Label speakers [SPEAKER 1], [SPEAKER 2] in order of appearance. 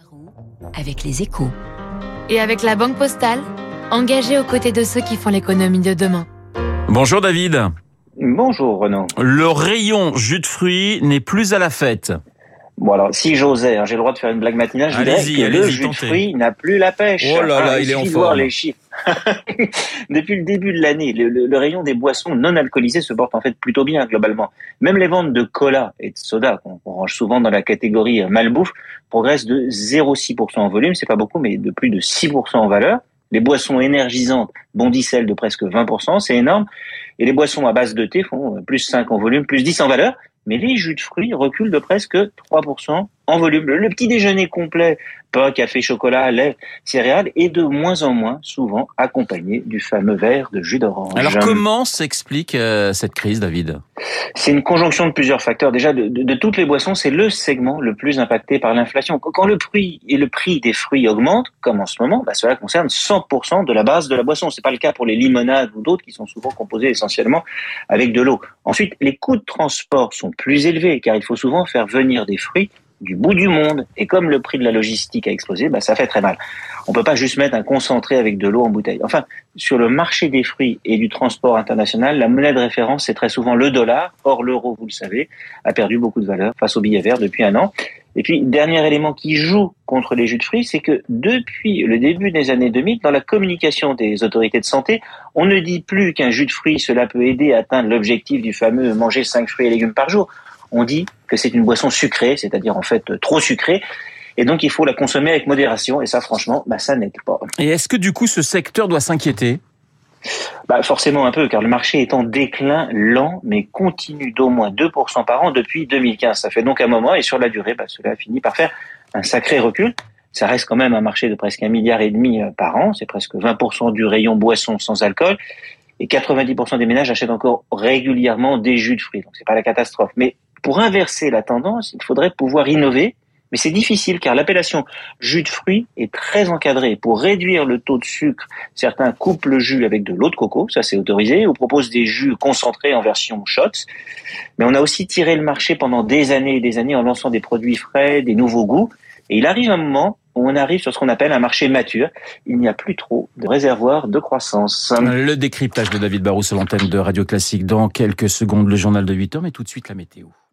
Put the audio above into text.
[SPEAKER 1] avec les Échos.
[SPEAKER 2] Et avec la Banque Postale, engagée aux côtés de ceux qui font l'économie de demain.
[SPEAKER 3] Bonjour David.
[SPEAKER 4] Bonjour Renaud.
[SPEAKER 3] Le rayon jus de fruits n'est plus à la fête.
[SPEAKER 4] Bon alors, si j'osais, j'ai le droit de faire une blague matinale, je dirais que le jus de fruits n'a plus la pêche.
[SPEAKER 3] Oh là là, il est en forme.
[SPEAKER 4] Voir les chiffres. Depuis le début de l'année, le rayon des boissons non alcoolisées se porte en fait plutôt bien globalement. Même les ventes de cola et de soda, qu'on range souvent dans la catégorie malbouffe, progressent de 0,6% en volume, c'est pas beaucoup, mais de plus de 6% en valeur. Les boissons énergisantes bondissent elles de presque 20%, c'est énorme. Et les boissons à base de thé font plus 5 en volume, plus 10 en valeur. Mais les jus de fruits reculent de presque 3% en volume. Le petit déjeuner complet, pain, café, chocolat, lait, céréales, est de moins en moins souvent accompagné du fameux verre de jus d'orange.
[SPEAKER 3] Alors comment s'explique cette crise, David ?
[SPEAKER 4] C'est une conjonction de plusieurs facteurs. Déjà, de toutes les boissons, c'est le segment le plus impacté par l'inflation. Quand le prix des fruits augmentent, comme en ce moment, cela concerne 100% de la base de la boisson. C'est pas le cas pour les limonades ou d'autres qui sont souvent composées essentiellement avec de l'eau. Ensuite, les coûts de transport sont plus élevés car il faut souvent faire venir des fruits du bout du monde. Et comme le prix de la logistique a explosé, ça fait très mal. On peut pas juste mettre un concentré avec de l'eau en bouteille. Enfin, sur le marché des fruits et du transport international, la monnaie de référence, c'est très souvent le dollar. Or, l'euro, vous le savez, a perdu beaucoup de valeur face au billet vert depuis un an. Et puis, dernier élément qui joue contre les jus de fruits, c'est que depuis le début des années 2000, dans la communication des autorités de santé, on ne dit plus qu'un jus de fruits, cela peut aider à atteindre l'objectif du fameux manger 5 fruits et légumes par jour. On dit que c'est une boisson sucrée, c'est-à-dire en fait trop sucrée, et donc il faut la consommer avec modération, et ça franchement, ça n'aide pas.
[SPEAKER 3] Et est-ce que du coup ce secteur doit s'inquiéter ?
[SPEAKER 4] Forcément un peu, car le marché est en déclin lent, mais continue d'au moins 2% par an depuis 2015. Ça fait donc un moment, et sur la durée, cela finit par faire un sacré recul. Ça reste quand même un marché de presque 1,5 milliard par an, c'est presque 20% du rayon boisson sans alcool, et 90% des ménages achètent encore régulièrement des jus de fruits, donc c'est pas la catastrophe. Mais pour inverser la tendance, il faudrait pouvoir innover, mais c'est difficile car l'appellation jus de fruits est très encadrée. Pour réduire le taux de sucre, certains coupent le jus avec de l'eau de coco, ça c'est autorisé, ou proposent des jus concentrés en version shots. Mais on a aussi tiré le marché pendant des années et des années en lançant des produits frais, des nouveaux goûts. Et il arrive un moment où on arrive sur ce qu'on appelle un marché mature. Il n'y a plus trop de réservoirs de croissance.
[SPEAKER 3] Le décryptage de David Barrou sur l'antenne de Radio Classique. Dans quelques secondes, le journal de 8h, mais tout de suite la météo.